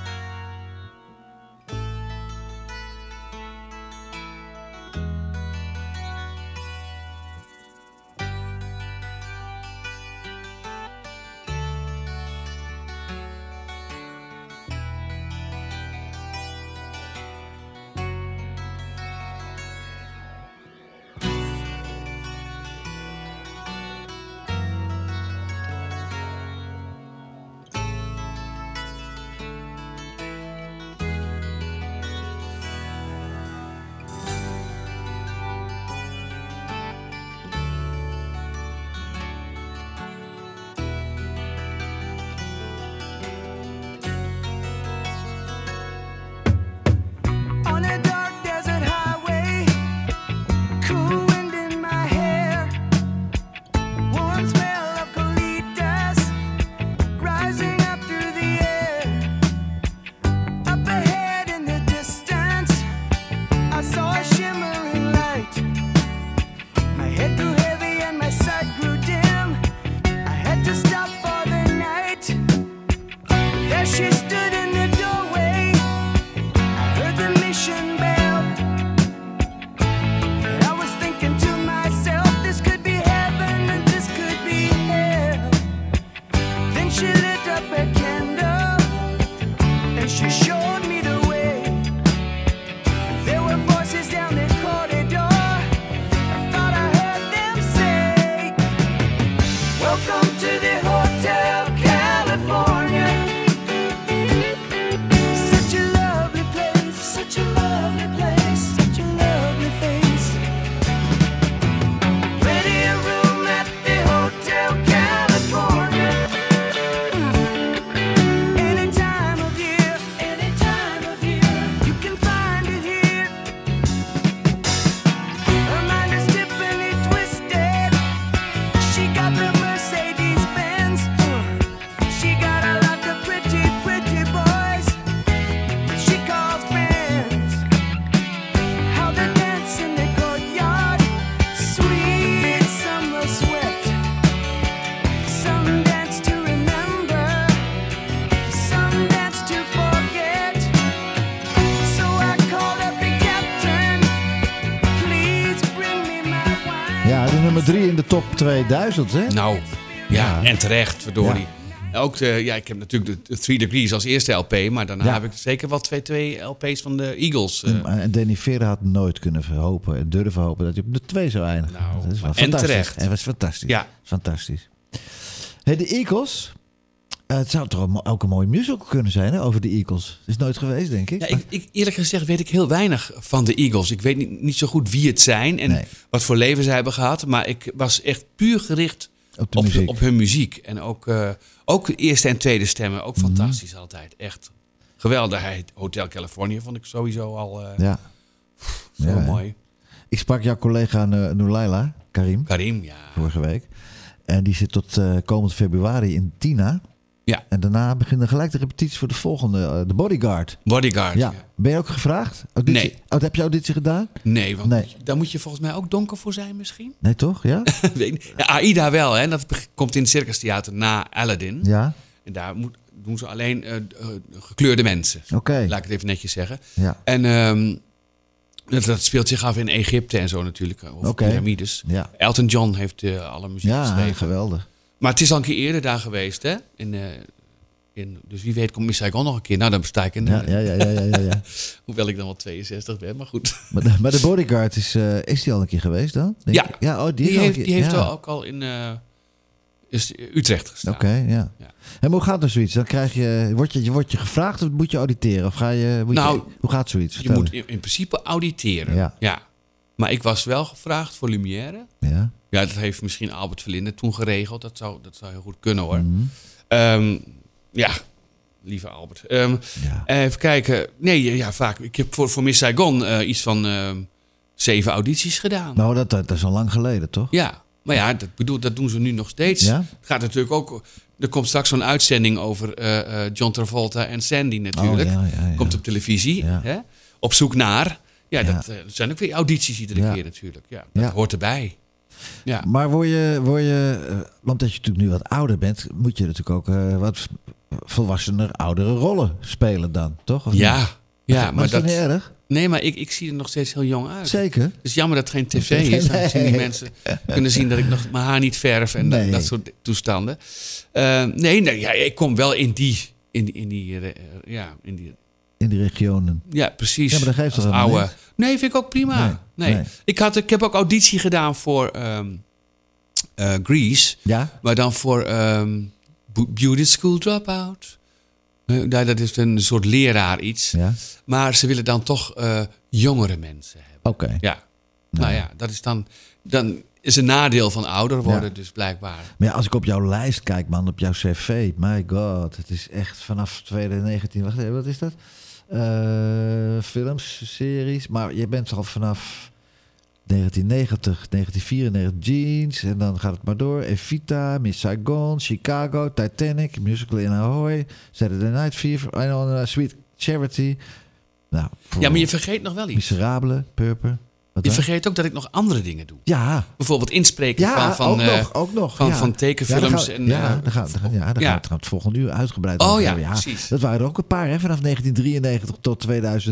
Nummer 3 in de top 2000, hè? Nou, ja. En terecht, verdorie. Ja. Ook ik heb natuurlijk de 3 Degrees als eerste LP, maar daarna heb ik zeker wel twee LP's van de Eagles. En Danny Vera had nooit kunnen durven hopen dat hij op de 2 zou eindigen. Nou, dat is wel en terecht. En dat was fantastisch. Ja. Fantastisch. Hey, de Eagles, het zou toch ook een mooie musical kunnen zijn, hè, over de Eagles. Het is nooit geweest, denk ik. Ja, eerlijk gezegd weet ik heel weinig van de Eagles. Ik weet niet zo goed wie het zijn en wat voor leven ze hebben gehad. Maar ik was echt puur gericht op hun muziek. En ook de eerste en tweede stemmen. Ook fantastisch altijd. Echt geweldig. Hotel California vond ik sowieso al mooi. Ik sprak jouw collega Noulaila, Karim, ja. vorige week. En die zit tot komend februari in Tina. Ja. En daarna beginnen gelijk de repetities voor de volgende, de Bodyguard. Bodyguard. Ja. Ben je ook gevraagd? Auditie? Nee. Heb je auditie gedaan? Nee, want Nee. daar moet je volgens mij ook donker voor zijn misschien. Nee, toch? Ja? Weet niet. Ja, Aida wel, hè. Dat komt in het Circus Theater na Aladdin. Ja? En daar doen ze alleen gekleurde mensen. Oké. Laat ik het even netjes zeggen. Ja. En dat speelt zich af in Egypte en zo natuurlijk. Of Oké. piramides. Ja. Elton John heeft alle muziek Ja, geschreven. geweldig. Maar het is al een keer eerder daar geweest, hè? Dus wie weet komt Miss Saigon nog een keer. Nou, dan sta ik in. Ja. Hoewel ik dan wel 62 ben, maar goed. Maar de Bodyguard is die al een keer geweest dan? Denk Ja. ik? Ja, oh, Die is al een heeft keer- ja. ook al in Utrecht gestaan. Oké, ja. Ja. En hoe gaat er zoiets? Dan word je gevraagd of moet je auditeren? Of hoe gaat zoiets? Je Vertel. moet in principe auditeren. Ja. Maar ik was wel gevraagd voor Lumière. Ja. Ja, dat heeft misschien Albert Verlinde toen geregeld. Dat zou heel goed kunnen, hoor. Mhm. Ja, lieve Albert. Ja. Even kijken. Nee, ja, vaak. Ik heb voor Miss Saigon iets van 7 audities gedaan. Nou, dat is al lang geleden, toch? Ja, maar ja, dat doen ze nu nog steeds. Ja? Het gaat natuurlijk ook... Er komt straks zo'n uitzending over John Travolta en Sandy natuurlijk. Oh, ja. Komt op televisie. Ja. Hè? Op zoek naar... Ja, Ja. dat zijn ook weer audities iedere keer natuurlijk. Ja, dat Ja. hoort erbij. Ja. Maar word je want dat je natuurlijk nu wat ouder bent, moet je natuurlijk ook wat volwassener, oudere rollen spelen dan, toch? Of niet? Ja, Maar maar is dat niet erg? Nee, maar ik zie er nog steeds heel jong uit. Zeker. Het is jammer dat het geen tv is. Dan zien die mensen kunnen zien dat ik nog mijn haar niet verf en Nee. dat soort toestanden. Ik kom wel in die In die regionen. ja, precies. Ja, maar dat geeft toch Als helemaal oude. niks? Nee, vind ik ook prima. Nee. Ik heb ook auditie gedaan voor Grease. Ja? Maar dan voor Beauty School Dropout. Dat is een soort leraar iets. Ja? Maar ze willen dan toch jongere mensen hebben. Oké. Ja. Nou ja, dat is dan is een nadeel van ouder worden, Ja. dus blijkbaar. Maar ja, als ik op jouw lijst kijk, man, op jouw cv, my god, het is echt vanaf 2019, wacht even, wat is dat? Films, series, maar je bent al vanaf 1990, 1994 Jeans en dan gaat het maar door. Evita, Miss Saigon, Chicago, Titanic, Musical in Ahoy, Saturday Night Fever, Sweet Charity. Nou, Ja, maar je vergeet nog wel iets. Miserabele, Purper. Wat Je dan? vergeet ook dat ik nog andere dingen doe. Ja, Bijvoorbeeld inspreken ja, ook nog. Ja. van tekenfilms. Daar gaan we het volgende uur uitgebreid Oh over ja, hebben. precies. Dat waren er ook een paar, hè, vanaf 1993 tot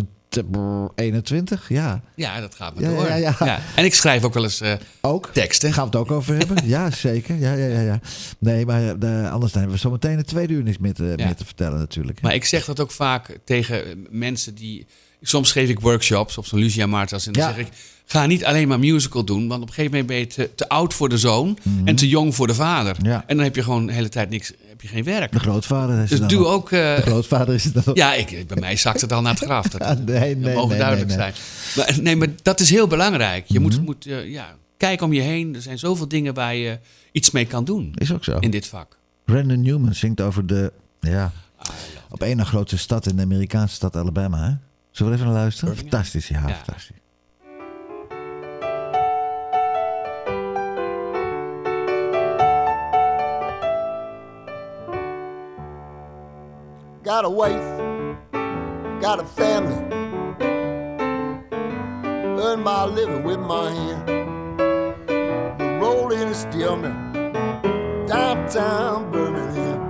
2021. Ja, Ja, dat gaat maar Ja, door. ja. En ik schrijf ook wel eens ook. teksten. Daar gaan we het ook over hebben. Ja, zeker. Ja. Nee, maar anders hebben we zo meteen de tweede uur niks meer te vertellen natuurlijk. Maar ik zeg dat ook vaak tegen mensen die... Soms geef ik workshops op zo'n Lucia Martas. En dan Ja. zeg ik, ga niet alleen maar musical doen. Want op een gegeven moment ben je te oud voor de zoon. En te jong voor de vader. Ja. En dan heb je gewoon de hele tijd heb je geen werk. De grootvader is Dus het doe dan ook... De grootvader is het dan ook. ja, bij mij zakt het al naar het graf. Dat Nee, mogen duidelijk nee. zijn. Maar dat is heel belangrijk. Je moet kijken om je heen. Er zijn zoveel dingen waar je iets mee kan doen. Is ook zo. In dit vak. Brandon Newman zingt over de op één na grootste stad in de Amerikaanse stad Alabama. Hè? Zullen we even naar luisteren? Birmingham? Fantastisch, ja, Ja. fantastisch. Got a wife, got a family, earn my living with my hand. The rolling is still me, downtown Birmingham.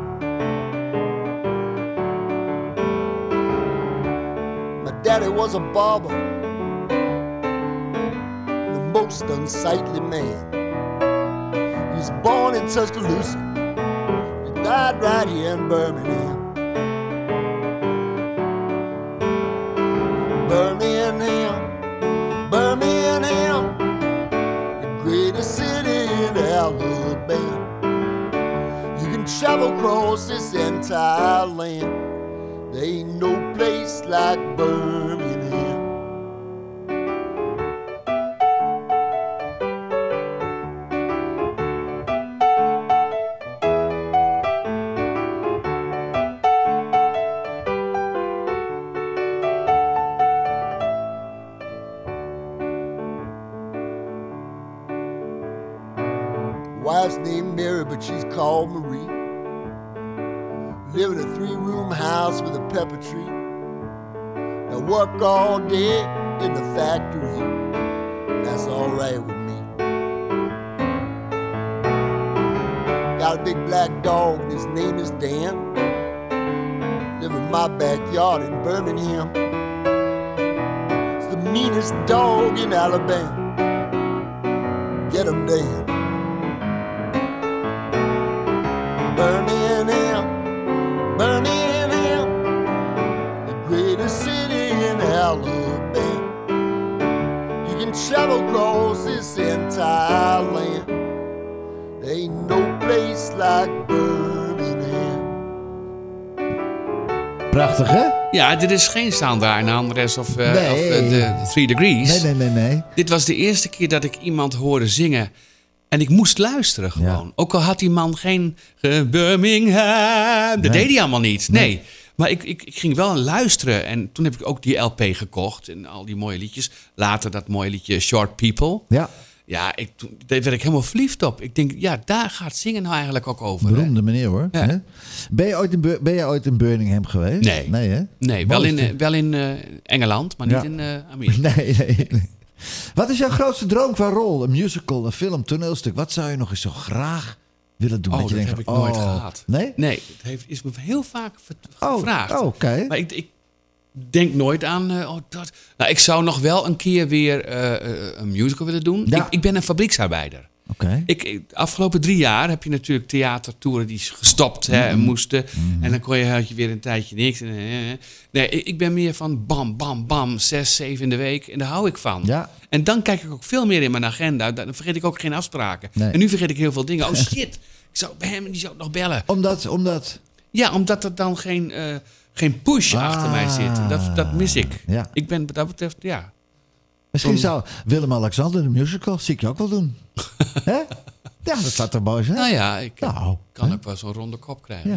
My daddy was a barber, the most unsightly man. He was born in Tuscaloosa, he died right here in Birmingham. Birmingham, the greatest city in Alabama. You can travel across this entire land. There ain't no place like Birmingham. Wife's named Mary, but she's called Marie. Live in a 3-room house with a pepper tree. Now work all day in the factory. That's all right with me. Got a big black dog, his name is Dan. Live in my backyard in Birmingham. It's the meanest dog in Alabama. Get him, Dan. Birmingham, Birmingham, the greatest city in Alabama. You can travel across this entire land. There ain't no place like Birmingham. Prachtig, hè? Ja, dit is geen Soundgarden en Andres of de 3 Degrees. Nee. Dit was de eerste keer dat ik iemand hoorde zingen. En ik moest luisteren gewoon. Ja. Ook al had die man geen Birmingham. Dat deed hij allemaal niet. Nee. Maar ik ging wel luisteren. En toen heb ik ook die LP gekocht. En al die mooie liedjes. Later dat mooie liedje Short People. Ja. Ja, daar werd ik helemaal verliefd op. Ik denk, ja, daar gaat zingen nou eigenlijk ook over. Beroemde meneer, hoor. Ja. Hè? Ben jij ooit in Birmingham geweest? Nee. Nee, hè? Nee, wel in Engeland, maar niet in Amerika. Nee. Wat is jouw grootste droom qua rol? Een musical, een film, toneelstuk? Wat zou je nog eens zo graag willen doen? Dat heb ik nooit gehad. Nee? Nee, het is me heel vaak gevraagd. Oh, oké. Maar ik denk nooit aan dat. Nou, ik zou nog wel een keer weer een musical willen doen. Ja. Ik ben een fabrieksarbeider. Oké. De afgelopen 3 jaar heb je natuurlijk theatertoeren die gestopt en moesten. En dan had je weer een tijdje niks. Nee, ik ben meer van bam, bam, bam, 6, 7 in de week. En daar hou ik van. Ja. En dan kijk ik ook veel meer in mijn agenda. Dan vergeet ik ook geen afspraken. Nee. En nu vergeet ik heel veel dingen. Oh shit, ik zou bij hem die zou ik nog bellen. Omdat? Ja, omdat er dan geen push achter mij zit. Dat mis ik. Ja. Ik ben wat dat betreft, ja. Misschien zou Willem-Alexander de musical, zie ik je ook wel doen. Hè? Ja, dat zou toch mooi zijn? Nou ja, ik kan ook wel zo'n ronde kop krijgen.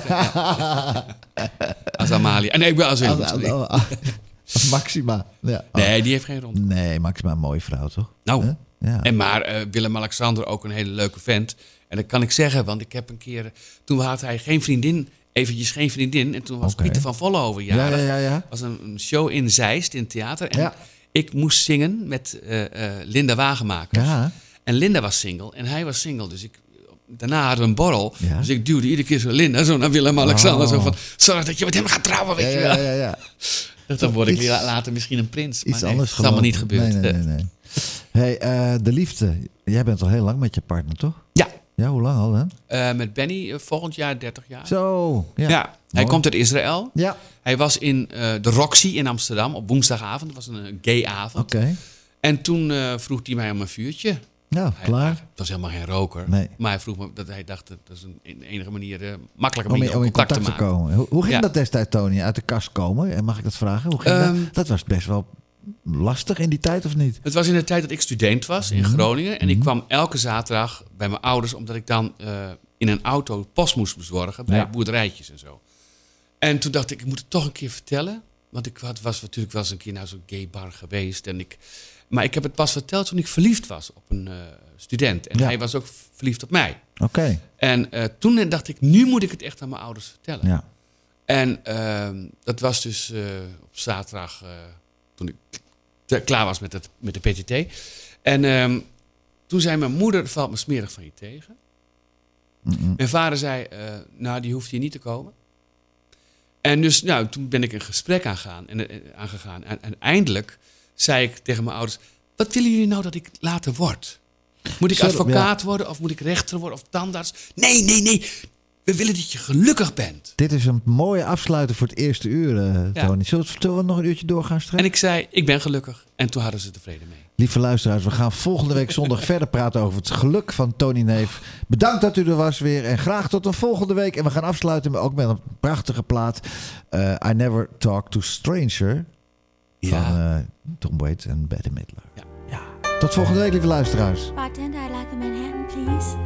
Ja. Als Amalia. Nee, ik ben als Willem. Als Maxima. Ja. Nee, die heeft geen ronde. Nee, Maxima, een mooie vrouw, toch? Nou, ja. Maar Willem-Alexander ook een hele leuke vent. En dat kan ik zeggen, want ik heb een keer... Toen had hij geen vriendin... Eventjes geen vriendin. En toen was Pieter van Vollenhoven jarig. Ja. Was een show in Zeist, in het theater. En ik moest zingen met Linda Wagenmakers. Ja. En Linda was single en hij was single. Dus daarna hadden we een borrel. Ja. Dus ik duwde iedere keer zo Linda, zo naar Willem-Alexander. Zo van, zorg dat je met hem gaat trouwen, weet je wel. Ja. Dan word ik later misschien een prins. Iets Maar anders dat is allemaal niet gebeurd. Nee. Hey, de liefde. Jij bent al heel lang met je partner, toch? Ja. Ja, hoe lang al dan? Met Benny volgend jaar 30 jaar. Zo, Ja, hij komt uit Israël. Ja. Hij was in de Roxy in Amsterdam op woensdagavond. Het was een gay avond. Oké. En toen vroeg hij mij om een vuurtje. Nou, klaar. Het was helemaal geen roker. Nee. Maar hij vroeg me dat hij dacht dat is een enige manier, makkelijke manier om in contact te maken. komen. Hoe ging dat destijds, Tony? Uit de kast komen? En mag ik dat vragen? Hoe ging dat? Dat was best wel lastig in die tijd, of niet? Het was in de tijd dat ik student was in Groningen. En ik kwam elke zaterdag bij mijn ouders, omdat ik dan in een auto post moest bezorgen bij boerderijtjes en zo. En toen dacht ik moet het toch een keer vertellen. Want ik was natuurlijk wel eens een keer naar zo'n gay bar geweest. Maar ik heb het pas verteld toen ik verliefd was op een student. En hij was ook verliefd op mij. Oké. En toen dacht ik, nu moet ik het echt aan mijn ouders vertellen. Ja. En dat was dus op zaterdag, toen ik klaar was met de PTT. En toen zei mijn moeder, er valt me smerig van je tegen. Mijn vader zei, nou die hoeft hier niet te komen. En dus toen ben ik een gesprek aangegaan. En eindelijk zei ik tegen mijn ouders, wat willen jullie nou dat ik later word? Moet ik advocaat worden of moet ik rechter worden of tandarts? Nee. We willen dat je gelukkig bent. Dit is een mooie afsluiter voor het eerste uur, Tony. Zullen we nog een uurtje doorgaan straks? En ik zei, ik ben gelukkig. En toen hadden ze tevreden mee. Lieve luisteraars, we gaan volgende week zondag verder praten over het geluk van Tony Neef. Bedankt dat u er was weer en graag tot een volgende week. En we gaan afsluiten ook met een prachtige plaat. I Never Talk to Stranger van Tom Waits en Bette Midler. Ja. Tot volgende week, lieve luisteraars. Bartender, I'd like a Manhattan, please.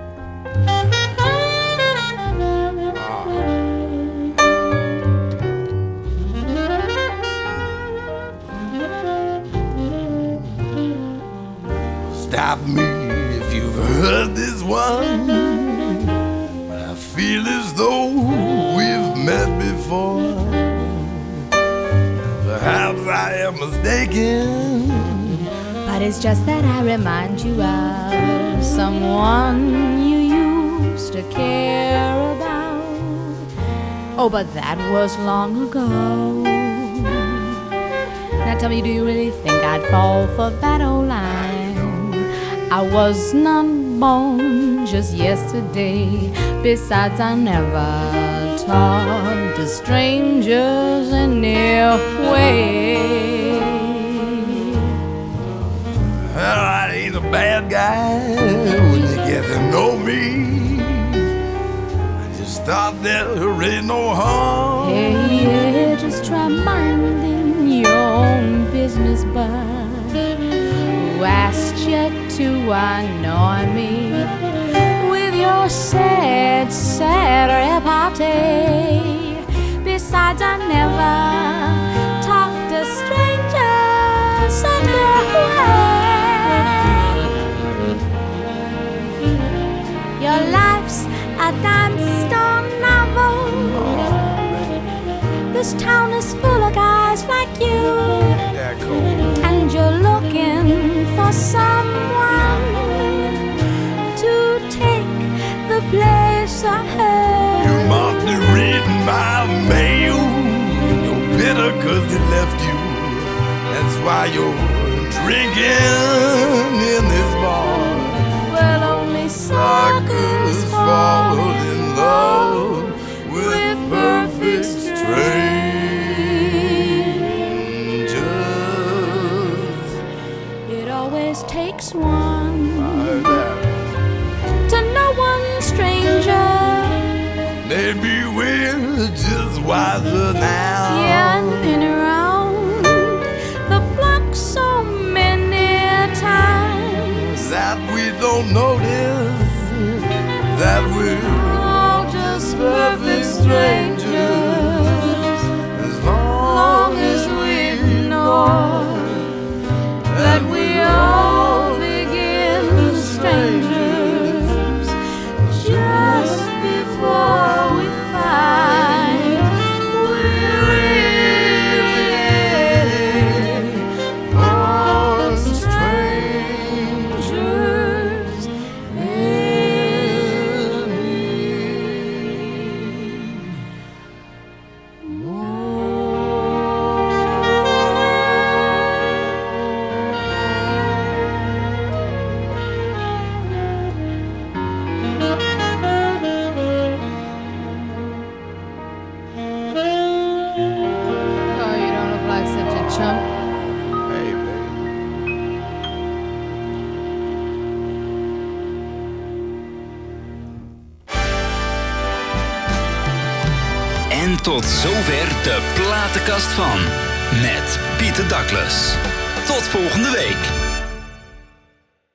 Stop me if you've heard this one. I feel as though we more. Perhaps I am mistaken, but it's just that I remind you of someone you used to care about. Oh, but that was long ago. Now tell me, do you really think I'd fall for that old line? I was not born just yesterday. Besides, I never talk to strangers anyway. Well, I ain't a bad guy when you get to know me. I just thought there ain't no harm. Hey, just try minding your own business, bud. Who asked you to annoy me with your sad, sad repartee? Besides, I never talk to strangers anyway. Your life's a dime store novel. This town is full of guys like you, and you're looking for someone to take the place I had. You must be reading my mail. You're bitter 'cause they left you. That's why you're drinking in this bar. Well, only suckers fall in love with perfect strangers. It always takes one to know one stranger. Maybe we're just wiser now. Yeah, and been around the block so many times that we don't notice that we're all just perfect strangers. As long as we know that we all begin strangers just before we find we're really all strangers in Oh, you don't look like such a chump. Hey, baby. En tot zover de platenkast van met Pieter Douglas. Tot volgende week.